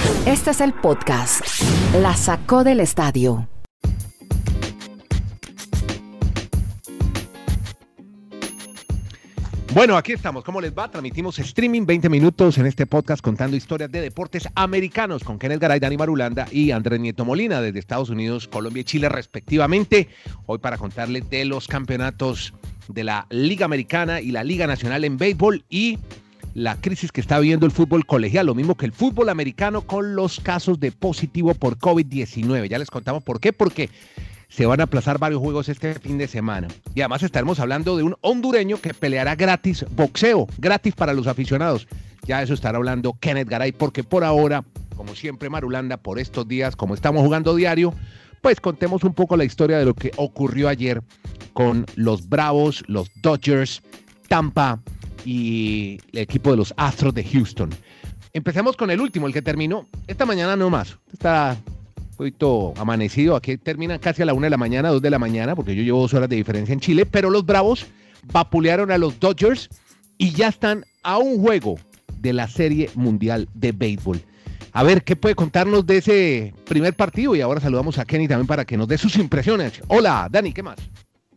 Este es el podcast. La sacó del estadio. Bueno, aquí estamos. ¿Cómo les va? Transmitimos streaming 20 minutos en este podcast contando historias de deportes americanos con Kenneth Garay, Dani Marulanda y Andrés Nieto Molina desde Estados Unidos, Colombia y Chile respectivamente. Hoy para contarles de los campeonatos de la Liga Americana y la Liga Nacional en béisbol y la crisis que está viviendo el fútbol colegial, lo mismo que el fútbol americano con los casos de positivo por COVID-19. Ya les contamos por qué, porque se van a aplazar varios juegos este fin de semana. Y además estaremos hablando de un hondureño que peleará gratis boxeo, gratis para los aficionados. Ya eso estará hablando Kenneth Garay, porque por ahora, como siempre Marulanda, por estos días, como estamos jugando diario, pues contemos un poco la historia de lo que ocurrió ayer con los Bravos, los Dodgers, Tampa y el equipo de los Astros de Houston. Empecemos con el último, el que terminó esta mañana nomás. Está un poquito amanecido, aquí terminan casi a la 1 de la mañana, 2 de la mañana, porque yo llevo 2 horas de diferencia en Chile, pero los Bravos vapulearon a los Dodgers y ya están a un juego de la Serie Mundial de Béisbol. A ver, ¿qué puede contarnos de ese primer partido? Y ahora saludamos a Kenny también para que nos dé sus impresiones. Hola, Dani, ¿qué más?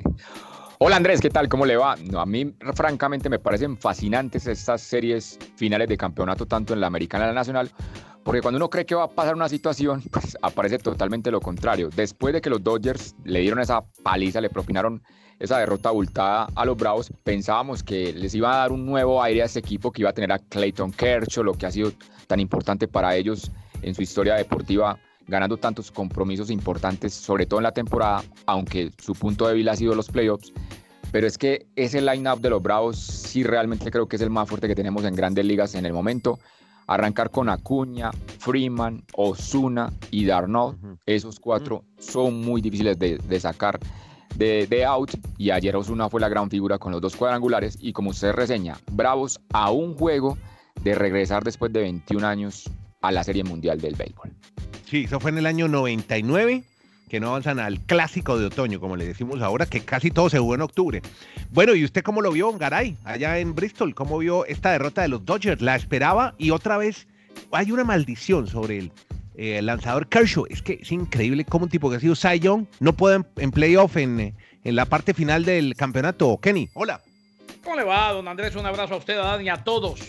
Hola Andrés, ¿qué tal? ¿Cómo le va? No, a mí francamente me parecen fascinantes estas series finales de campeonato tanto en la americana y en la nacional, porque cuando uno cree que va a pasar una situación, pues aparece totalmente lo contrario. Después de que los Dodgers le dieron esa paliza, le propinaron esa derrota abultada a los Bravos, pensábamos que les iba a dar un nuevo aire a este equipo, que iba a tener a Clayton Kershaw, lo que ha sido tan importante para ellos en su historia deportiva, ganando tantos compromisos importantes, sobre todo en la temporada, aunque su punto débil ha sido los playoffs. Pero es que ese line-up de los Bravos sí realmente creo que es el más fuerte que tenemos en Grandes Ligas en el momento. Arrancar con Acuña, Freeman, Ozuna y d'Arnaud, esos cuatro son muy difíciles de sacar de out, y ayer Ozuna fue la gran figura con los 2 cuadrangulares, y como usted reseña, Bravos a un juego de regresar después de 21 años a la Serie Mundial del Béisbol. Sí, eso fue en el año 99, que no avanzan al clásico de otoño, como le decimos ahora, que casi todo se jugó en octubre. Bueno, ¿y usted cómo lo vio, Garay, allá en Bristol? ¿Cómo vio esta derrota de los Dodgers? ¿La esperaba? Y otra vez hay una maldición sobre el lanzador Kershaw. Es que es increíble cómo un tipo que ha sido Cy Young no puede en playoff en la parte final del campeonato. Kenny, hola. ¿Cómo le va, don Andrés? Un abrazo a usted, a Dani y a todos.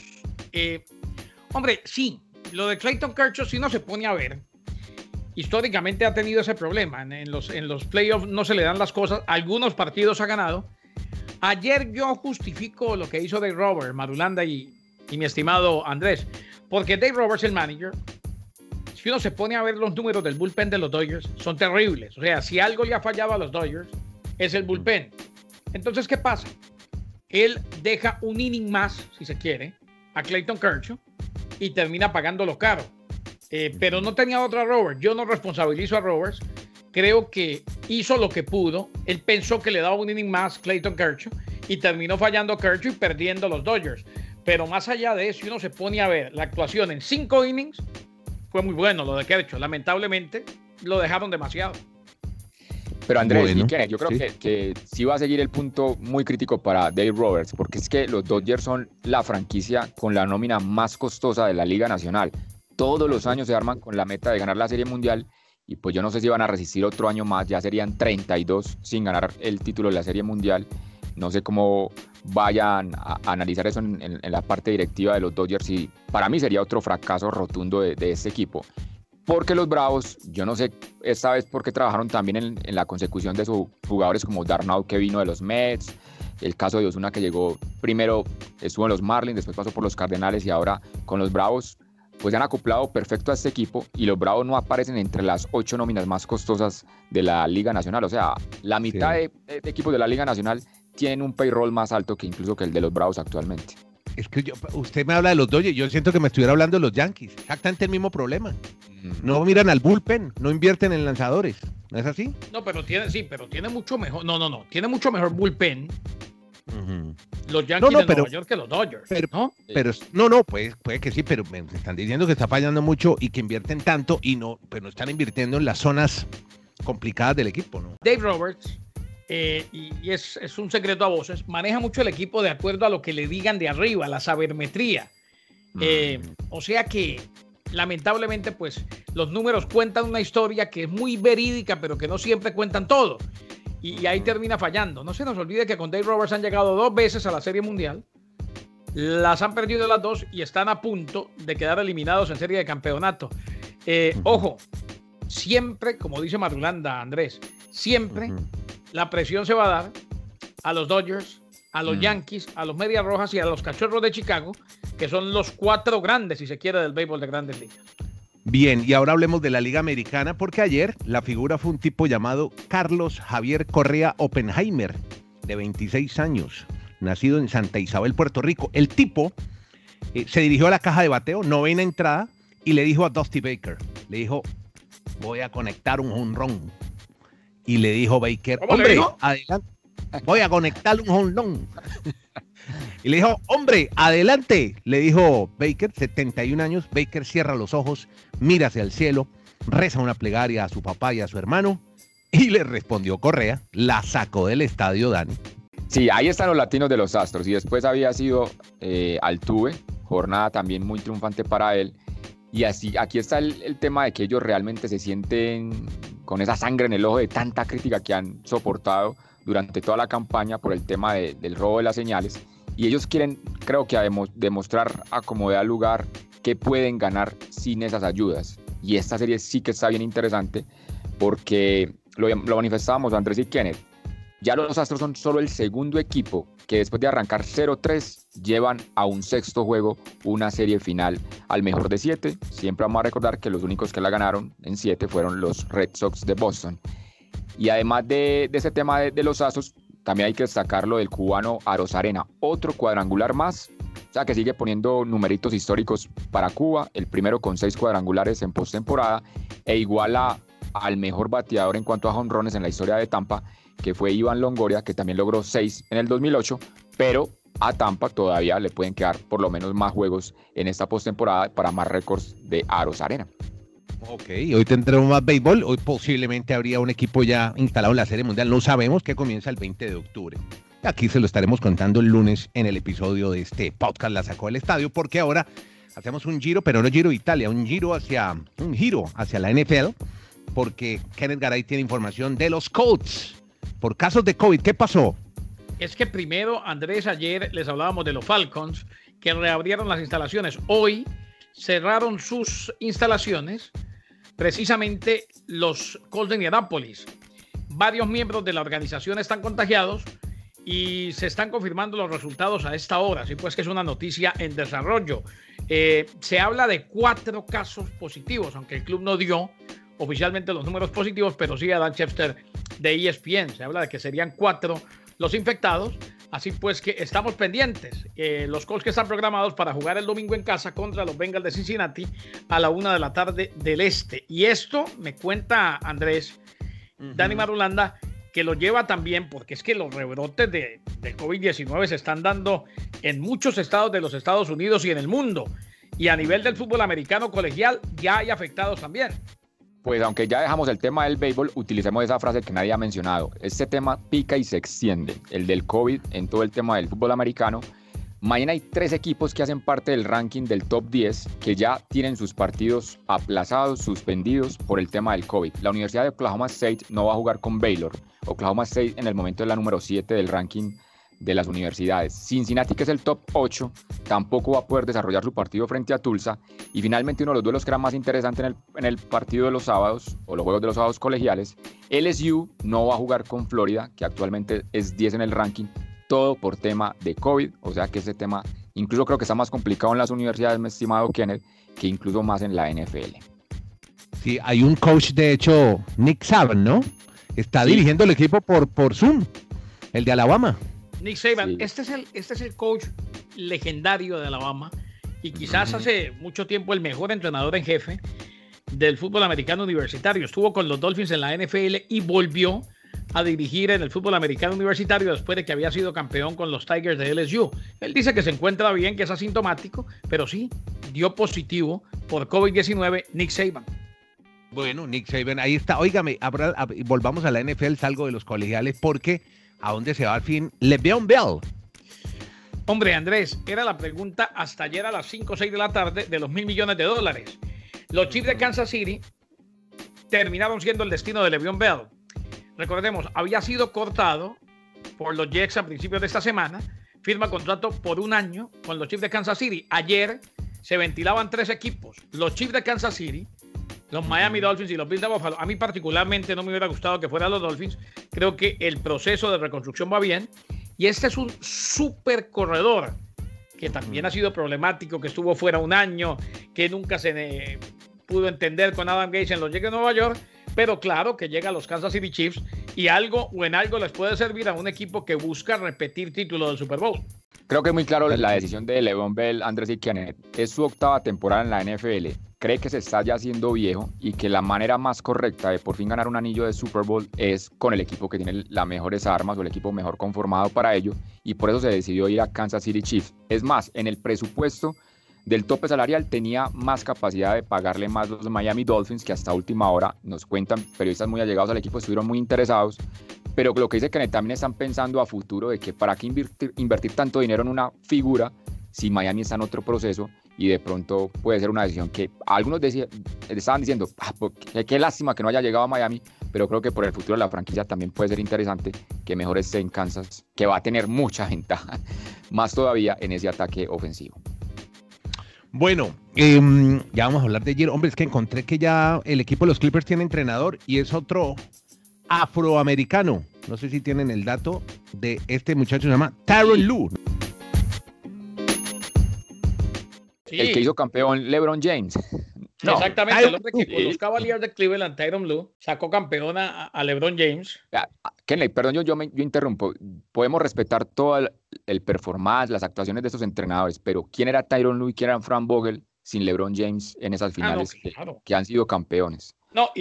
Hombre, sí, lo de Clayton Kershaw, si no se pone a ver, históricamente ha tenido ese problema. En los playoffs no se le dan las cosas. Algunos partidos ha ganado. Ayer yo justifico lo que hizo Dave Roberts, Marulanda y mi estimado Andrés, porque Dave Roberts, el manager, si uno se pone a ver los números del bullpen de los Dodgers, son terribles. O sea, si algo le ha fallado a los Dodgers, es el bullpen. Entonces, ¿qué pasa? Él deja un inning más, si se quiere, a Clayton Kershaw y termina pagándolo caro. Pero no tenía otra Roberts. Yo no responsabilizo a Roberts. Creo que hizo lo que pudo. Él pensó que le daba un inning más Clayton Kershaw y terminó fallando Kershaw y perdiendo los Dodgers. Pero más allá de eso, si uno se pone a ver la actuación en 5 innings, fue muy bueno lo de Kershaw. Lamentablemente, lo dejaron demasiado. Pero Andrés, bueno, y Kenneth, yo creo que sí va a seguir el punto muy crítico para Dave Roberts, porque es que los Dodgers son la franquicia con la nómina más costosa de la Liga Nacional. Todos los años se arman con la meta de ganar la Serie Mundial, y pues yo no sé si van a resistir otro año más. Ya serían 32 sin ganar el título de la Serie Mundial. No sé cómo vayan a analizar eso en la parte directiva de los Dodgers, y para mí sería otro fracaso rotundo de este equipo. Porque los Bravos, yo no sé esta vez por qué trabajaron también en la consecución de sus jugadores como d'Arnaud, que vino de los Mets, el caso de Ozuna, que llegó primero, estuvo en los Marlins, después pasó por los Cardenales y ahora con los Bravos, pues se han acoplado perfecto a este equipo, y los Bravos no aparecen entre las 8 nóminas más costosas de la Liga Nacional. O sea, la mitad de equipos de la Liga Nacional tienen un payroll más alto que incluso que el de los Bravos actualmente. Es que usted me habla de los Dodgers, yo siento que me estuviera hablando de los Yankees. Exactamente el mismo problema. No miran al bullpen, no invierten en lanzadores. ¿No es así? No, pero tiene mucho mejor. No. Tiene mucho mejor bullpen. Los Yankees de Nueva York que los Dodgers. Puede que sí, pero me están diciendo que está fallando mucho y que invierten tanto pero no están invirtiendo en las zonas complicadas del equipo, ¿no? Dave Roberts, y es un secreto a voces, maneja mucho el equipo de acuerdo a lo que le digan de arriba, la sabermetría. O sea que lamentablemente, pues los números cuentan una historia que es muy verídica, pero que no siempre cuentan todo. Y ahí termina fallando. No se nos olvide que con Dave Roberts han llegado 2 veces a la Serie Mundial. Las han perdido las 2 y están a punto de quedar eliminados en serie de campeonato. Ojo, siempre, como dice Marulanda, Andrés, siempre la presión se va a dar a los Dodgers, a los Yankees, a los Medias Rojas y a los Cachorros de Chicago, que son los 4 grandes, si se quiere, del béisbol de Grandes Ligas. Bien, y ahora hablemos de la Liga Americana, porque ayer la figura fue un tipo llamado Carlos Javier Correa Oppenheimer, de 26 años, nacido en Santa Isabel, Puerto Rico. El tipo se dirigió a la caja de bateo, 9ª entrada, y le dijo a Dusty Baker, le dijo, voy a conectar un jonrón. Y le dijo Baker, hombre, adelante, voy a conectar un jonrón. Y le dijo, hombre, adelante. Le dijo Baker, 71 años. Baker cierra los ojos, mira hacia el cielo, reza una plegaria a su papá y a su hermano. Y le respondió Correa, la sacó del estadio, Dani. Sí, ahí están los latinos de los Astros. Y después había sido Altuve, jornada también muy triunfante para él. Y así, aquí está el tema de que ellos realmente se sienten con esa sangre en el ojo de tanta crítica que han soportado durante toda la campaña por el tema del robo de las señales. Y ellos quieren, creo que, demostrar a como da lugar que pueden ganar sin esas ayudas. Y esta serie sí que está bien interesante porque lo manifestábamos Andrés y Kenneth. Ya los Astros son solo el segundo equipo que después de arrancar 0-3 llevan a un 6º juego una serie final al mejor de 7. Siempre vamos a recordar que los únicos que la ganaron en 7 fueron los Red Sox de Boston. Y además de ese tema de los Astros, también hay que destacar lo del cubano Arozarena, otro cuadrangular más, o sea que sigue poniendo numeritos históricos para Cuba, el primero con 6 cuadrangulares en postemporada, e iguala al mejor bateador en cuanto a jonrones en la historia de Tampa, que fue Iván Longoria, que también logró 6 en el 2008, pero a Tampa todavía le pueden quedar por lo menos más juegos en esta postemporada para más récords de Arozarena. Ok, hoy tendremos más béisbol, hoy posiblemente habría un equipo ya instalado en la Serie Mundial, no sabemos, que comienza el 20 de octubre. Aquí se lo estaremos contando el lunes en el episodio de este podcast La Sacó del Estadio, porque ahora hacemos un giro, pero no Giro de Italia, un giro hacia la NFL, porque Kenneth Garay tiene información de los Colts por casos de COVID. ¿Qué pasó? Es que primero, Andrés, ayer les hablábamos de los Falcons, que reabrieron las instalaciones. Hoy cerraron sus instalaciones precisamente los Colts de Indianápolis. Varios miembros de la organización están contagiados y se están confirmando los resultados a esta hora. Así pues que es una noticia en desarrollo. Se habla de 4 casos positivos, aunque el club no dio oficialmente los números positivos, pero sí Adam Schefter de ESPN. Se habla de que serían 4 los infectados. Así pues que estamos pendientes. Los Colts que están programados para jugar el domingo en casa contra los Bengals de Cincinnati a la 1 p.m. del este. Y esto me cuenta Andrés, Dani Marulanda, que lo lleva también porque es que los rebrotes de COVID-19 se están dando en muchos estados de los Estados Unidos y en el mundo. Y a nivel del fútbol americano colegial ya hay afectados también. Pues aunque ya dejamos el tema del béisbol, utilicemos esa frase que nadie ha mencionado. Este tema pica y se extiende, el del COVID en todo el tema del fútbol americano. Mañana hay 3 equipos que hacen parte del ranking del top 10 que ya tienen sus partidos aplazados, suspendidos por el tema del COVID. La Universidad de Oklahoma State no va a jugar con Baylor. Oklahoma State en el momento es la número 7 del ranking de las universidades. Cincinnati, que es el top 8, tampoco va a poder desarrollar su partido frente a Tulsa. Y finalmente uno de los duelos que era más interesante en el partido de los sábados, o los juegos de los sábados colegiales, LSU no va a jugar con Florida, que actualmente es 10 en el ranking, todo por tema de COVID. O sea que ese tema incluso creo que está más complicado en las universidades, mi estimado Kenneth, que incluso más en la NFL. Sí, hay un coach, de hecho, Nick Saban, ¿no? Está dirigiendo el equipo por Zoom, el de Alabama. Nick Saban, sí. Este es el coach legendario de Alabama y quizás hace mucho tiempo el mejor entrenador en jefe del fútbol americano universitario. Estuvo con los Dolphins en la NFL y volvió a dirigir en el fútbol americano universitario después de que había sido campeón con los Tigers de LSU. Él dice que se encuentra bien, que es asintomático, pero sí dio positivo por COVID-19 Nick Saban. Bueno, Nick Saban, ahí está. Óigame, volvamos a la NFL, salgo de los colegiales porque ¿a dónde se va al fin Le'Veon Bell? Hombre, Andrés, era la pregunta hasta ayer a las 5 o 6 de la tarde de los $1.000 millones. Los Chiefs de Kansas City terminaron siendo el destino de Le'Veon Bell. Recordemos, había sido cortado por los Jets a principios de esta semana, firma contrato por 1 año con los Chiefs de Kansas City. Ayer se ventilaban 3 equipos, los Chiefs de Kansas City, los Miami Dolphins y los Bills de Buffalo. A mí particularmente no me hubiera gustado que fueran los Dolphins. Creo que el proceso de reconstrucción va bien. Y este es un súper corredor que también ha sido problemático, que estuvo fuera 1 año, que nunca se pudo entender con Adam Gase en los Jets de Nueva York. Pero claro que llega a los Kansas City Chiefs y en algo les puede servir a un equipo que busca repetir título del Super Bowl. Creo que es muy claro la decisión de Le'Veon Bell, Andrés y Kenneth. Es su 8ª temporada en la NFL. Cree que se está ya haciendo viejo y que la manera más correcta de por fin ganar un anillo de Super Bowl es con el equipo que tiene las mejores armas o el equipo mejor conformado para ello, y por eso se decidió ir a Kansas City Chiefs. Es más, en el presupuesto del tope salarial tenía más capacidad de pagarle más los Miami Dolphins, que hasta última hora, nos cuentan periodistas muy allegados al equipo, estuvieron muy interesados. Pero lo que dice Kenneth, también están pensando a futuro de que para qué invertir tanto dinero en una figura si Miami está en otro proceso, y de pronto puede ser una decisión que algunos estaban diciendo, qué lástima que no haya llegado a Miami, pero creo que por el futuro de la franquicia también puede ser interesante que mejor esté en Kansas, que va a tener mucha ventaja, más todavía en ese ataque ofensivo. Bueno, ya vamos a hablar de ayer. Hombre, es que encontré que ya el equipo de los Clippers tiene entrenador y es otro afroamericano. No sé si tienen el dato de este muchacho, se llama Tyronn Lue. Sí. El que hizo campeón LeBron James. No, exactamente, el hombre que con los Cavaliers de Cleveland, Tyronn Lue, sacó campeón a LeBron James. Kenneth, perdón, yo interrumpo. Podemos respetar todo el performance, las actuaciones de estos entrenadores, pero ¿quién era Tyronn Lue y quién era Frank Vogel sin LeBron James en esas finales claro. que han sido campeones? No,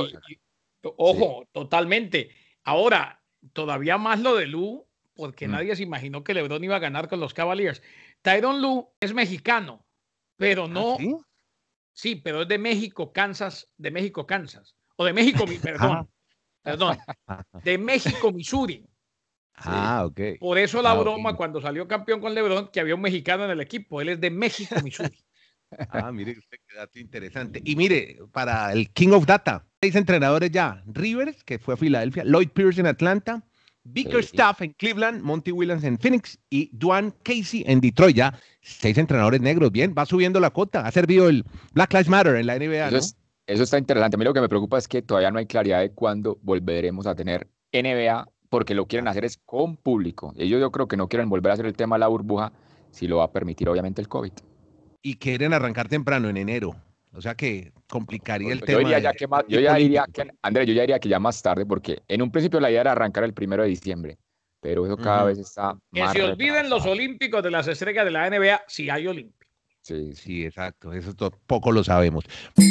ojo, sí. Totalmente. Ahora, todavía más lo de Lue, porque nadie se imaginó que LeBron iba a ganar con los Cavaliers. Tyronn Lue es mexicano, pero no... ¿Sí? Sí, pero es de México, Kansas. O de México, perdón. De México, Missouri. Ok. Por eso la broma cuando salió campeón con LeBron, que había un mexicano en el equipo. Él es de México, Missouri. Mire usted qué dato interesante. Y mire, para el King of Data, 6 entrenadores ya. Rivers, que fue a Filadelfia, Lloyd Pierce en Atlanta, Bickerstaff en Cleveland, Monty Williams en Phoenix y Dwane Casey en Detroit. Ya 6 entrenadores negros. Bien, va subiendo la cota. Ha servido el Black Lives Matter en la NBA, ¿no? Eso está interesante. A mí lo que me preocupa es que todavía no hay claridad de cuándo volveremos a tener NBA, porque lo quieren hacer es con público. Ellos yo creo que no quieren volver a hacer el tema de la burbuja, si lo va a permitir obviamente el COVID. Y quieren arrancar temprano, en enero. O sea que complicaría el tema. Yo ya diría que ya más tarde, porque en un principio la idea era arrancar el 1 de diciembre, pero eso cada vez está que más se olviden los olímpicos de las estrellas de la NBA, si hay olímpicos. Sí, exacto. Eso poco lo sabemos.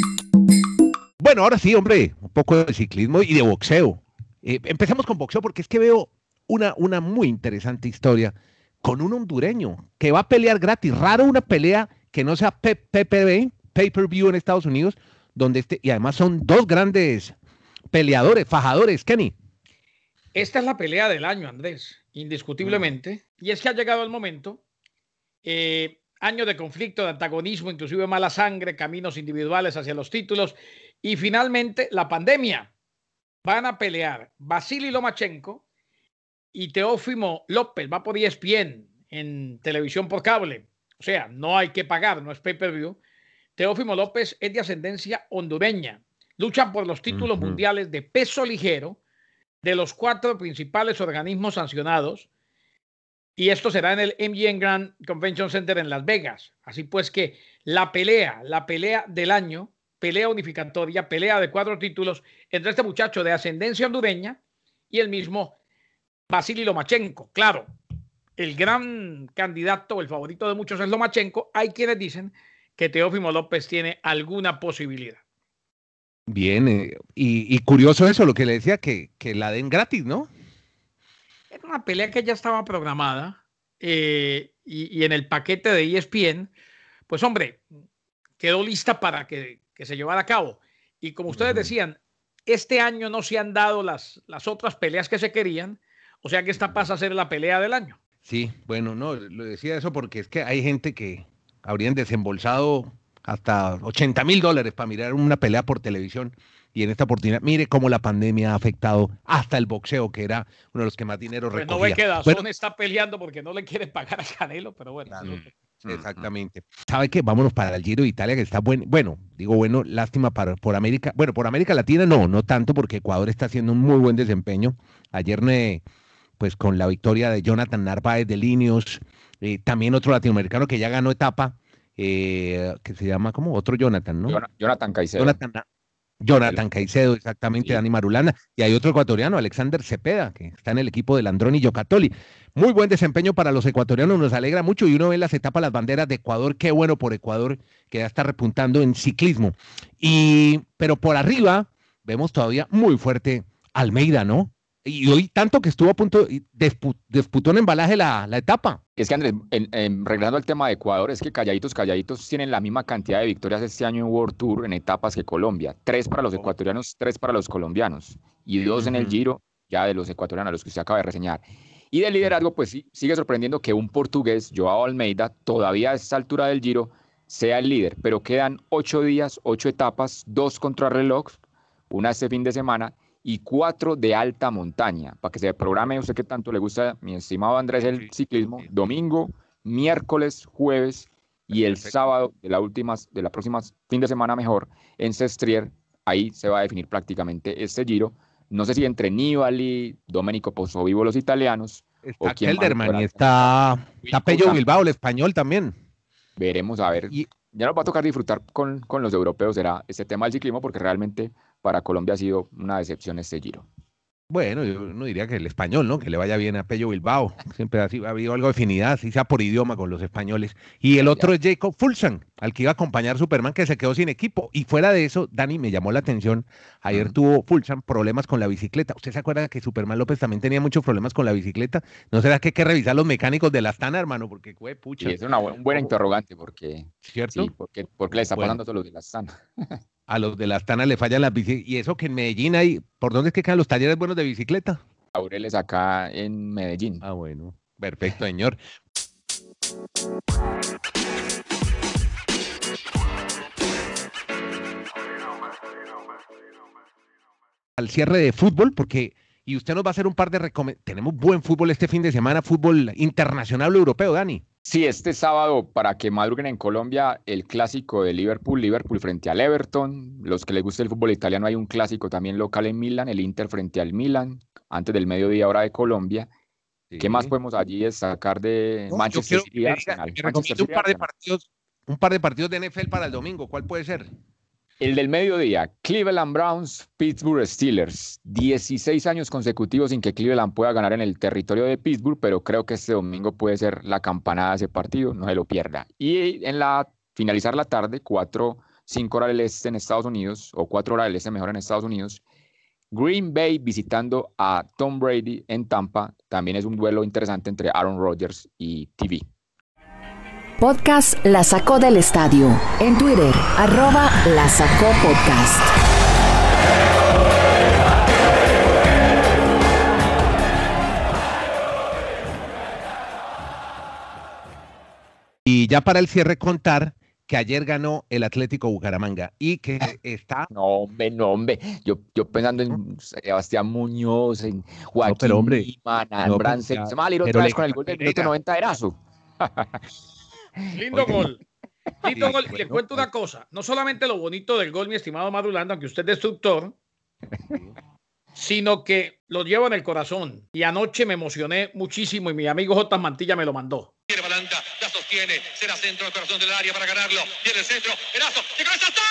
Bueno, ahora sí, hombre, un poco de ciclismo y de boxeo. Empezamos con boxeo porque es que veo una muy interesante historia con un hondureño que va a pelear gratis. Raro una pelea que no sea PPV, pay-per-view en Estados Unidos, donde y además son 2 grandes peleadores, fajadores, Kenny. Esta es la pelea del año, Andrés, indiscutiblemente. Y es que ha llegado el momento, año de conflicto, de antagonismo, inclusive mala sangre, caminos individuales hacia los títulos y finalmente la pandemia. Van a pelear Vasily Lomachenko y Teófimo López, va por ESPN en televisión por cable. O sea, no hay que pagar, no es pay-per-view. Teófimo López es de ascendencia hondureña. Luchan por los títulos mundiales de peso ligero de los 4 principales organismos sancionados. Y esto será en el MGM Grand Convention Center en Las Vegas. Así pues que la pelea del año, pelea unificatoria, pelea de 4 títulos entre este muchacho de ascendencia hondureña y el mismo Vasily Lomachenko. Claro, el gran candidato, el favorito de muchos es Lomachenko. Hay quienes dicen que Teófimo López tiene alguna posibilidad. Bien, y curioso eso, lo que le decía, que la den gratis, ¿no? Era una pelea que ya estaba programada y en el paquete de ESPN, pues hombre, quedó lista para que se llevara a cabo. Y como ustedes decían, este año no se han dado las otras peleas que se querían, o sea que esta pasa a ser la pelea del año. Sí, bueno, no, lo decía eso porque es que hay gente que habrían desembolsado hasta $80,000 para mirar una pelea por televisión. Y en esta oportunidad, mire cómo la pandemia ha afectado hasta el boxeo, que era uno de los que más dinero Pues recogía. no ve que DAZN está peleando porque no le quieren pagar a Canelo, pero bueno. Claro. Exactamente. ¿Sabe qué? Vámonos para el Giro de Italia, que está bueno. Bueno, digo bueno, lástima por América. Bueno, por América Latina no tanto, porque Ecuador está haciendo un muy buen desempeño. Ayer, pues con la victoria de Jonathan Narváez de Linios, también otro latinoamericano que ya ganó etapa, que se llama como otro Jonathan, ¿no? Jonathan Caicedo. Jonathan Caicedo, exactamente, Sí. Dani Marulanda, y hay otro ecuatoriano, Alexander Cepeda, que está en el equipo del Androni Giocattoli. Muy buen desempeño para los ecuatorianos, nos alegra mucho, y uno ve en las etapas las banderas de Ecuador, qué bueno por Ecuador, que ya está repuntando en ciclismo. Pero por arriba vemos todavía muy fuerte Almeida, ¿no? Y hoy tanto que estuvo a punto, disputó en embalaje la etapa. Es que, Andrés, regresando al tema de Ecuador, es que calladitos tienen la misma cantidad de victorias este año en World Tour en etapas que Colombia. 3 para los ecuatorianos, 3 para los colombianos. Y 2 en el Giro, ya de los ecuatorianos, los que usted acaba de reseñar. Y de liderazgo, pues sí, sigue sorprendiendo que un portugués, Joao Almeida, todavía a esta altura del Giro, sea el líder. Pero quedan 8 días, 8 etapas, 2 contrarreloj, una este fin de semana, y 4 de alta montaña, para que se programe usted que tanto le gusta, mi estimado Andrés, el ciclismo, domingo, miércoles, jueves y el sábado de la próxima fin de semana mejor, en Sestriere, ahí se va a definir prácticamente este Giro. No sé si entre Nibali, Domenico Pozzovivo, los italianos, Está Kelderman y está Pello Bilbao, el español también. Veremos, a ver. Ya nos va a tocar disfrutar con los europeos, será este tema del ciclismo, porque realmente para Colombia ha sido una decepción este Giro. Bueno, yo no diría que el español, ¿no? Que le vaya bien a Pello Bilbao. Siempre ha habido algo de afinidad, así sea por idioma con los españoles. Y el otro es Jacob Fuglsang, al que iba a acompañar Superman, que se quedó sin equipo. Y fuera de eso, Dani, me llamó la atención, ayer tuvo Fuglsang problemas con la bicicleta. ¿Usted se acuerda que Superman López también tenía muchos problemas con la bicicleta? ¿No será que hay que revisar los mecánicos de la Astana, hermano? Porque, pucha. Sí, es un buen interrogante, porque... ¿Cierto? Sí, porque le está pasando a todos los de la Astana. A los de la Astana le fallan las bicicletas. Y eso que en Medellín hay... ¿Por dónde es que quedan los talleres buenos de bicicleta? Laureles acá en Medellín. Ah, bueno. Perfecto, señor. Al cierre de fútbol, porque... Y usted nos va a hacer un par de recomendaciones. Tenemos buen fútbol este fin de semana, fútbol internacional o europeo, Dani. Sí, este sábado, para que madruguen en Colombia, el clásico de Liverpool frente al Everton. Los que les guste el fútbol italiano, hay un clásico también local en Milán, el Inter frente al Milan, antes del mediodía hora de Colombia. Sí. ¿Qué más podemos allí destacar de Manchester City y Arsenal? Un par de partidos de NFL para el domingo, ¿cuál puede ser? El del mediodía, Cleveland Browns, Pittsburgh Steelers. 16 años consecutivos sin que Cleveland pueda ganar en el territorio de Pittsburgh, pero creo que este domingo puede ser la campanada de ese partido, no se lo pierda. Y finalizar la tarde, 5 horas del este en Estados Unidos, o 4 horas del este mejor en Estados Unidos, Green Bay visitando a Tom Brady en Tampa. También es un duelo interesante entre Aaron Rodgers y TV. Podcast La Sacó del Estadio. En Twitter, @La Sacó Podcast. Y ya para el cierre contar que ayer ganó el Atlético Bucaramanga y que está... No, hombre. Yo pensando en Sebastián Muñoz, en Joaquín Lima, Brance. Se me va a ir otra vez con el gol del minuto 90 de Erazo. Lindo gol. Lindo gol. Y le cuento una cosa. No solamente lo bonito del gol, mi estimado Madulando, aunque usted es destructor, sino que lo llevo en el corazón. Y anoche me emocioné muchísimo y mi amigo J. Mantilla me lo mandó. Balanta, la sostiene, será centro del corazón del área para ganarlo. Tiene el centro, Erazo, ¡de cabeza está!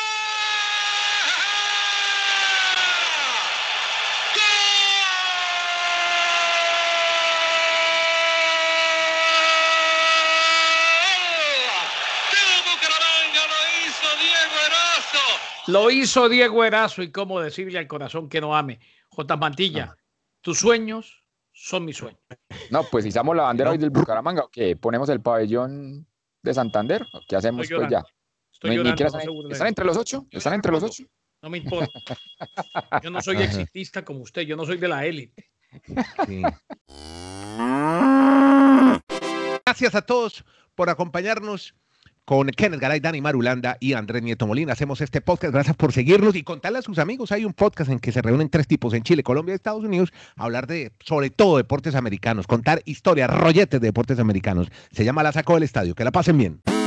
Lo hizo Diego Erazo y cómo decirle al corazón que no ame. J. Mantilla, tus sueños son mis sueños. No, pues izamos la bandera hoy del Bucaramanga, ¿o qué? ¿Ponemos el pabellón de Santander? ¿Qué hacemos pues ya? Estoy llorando. ¿Están entre los 8? ¿Están entre los 8? No me importa. Yo no soy exitista como usted, yo no soy de la élite. Sí. Gracias a todos por acompañarnos. con Kenneth Garay, Dani Marulanda y Andrés Nieto Molina. Hacemos este podcast. Gracias por seguirnos y contarle a sus amigos. Hay un podcast en que se reúnen 3 tipos en Chile, Colombia y Estados Unidos a hablar de, sobre todo, deportes americanos, contar historias, rolletes de deportes americanos. Se llama La Sacó del Estadio. Que la pasen bien.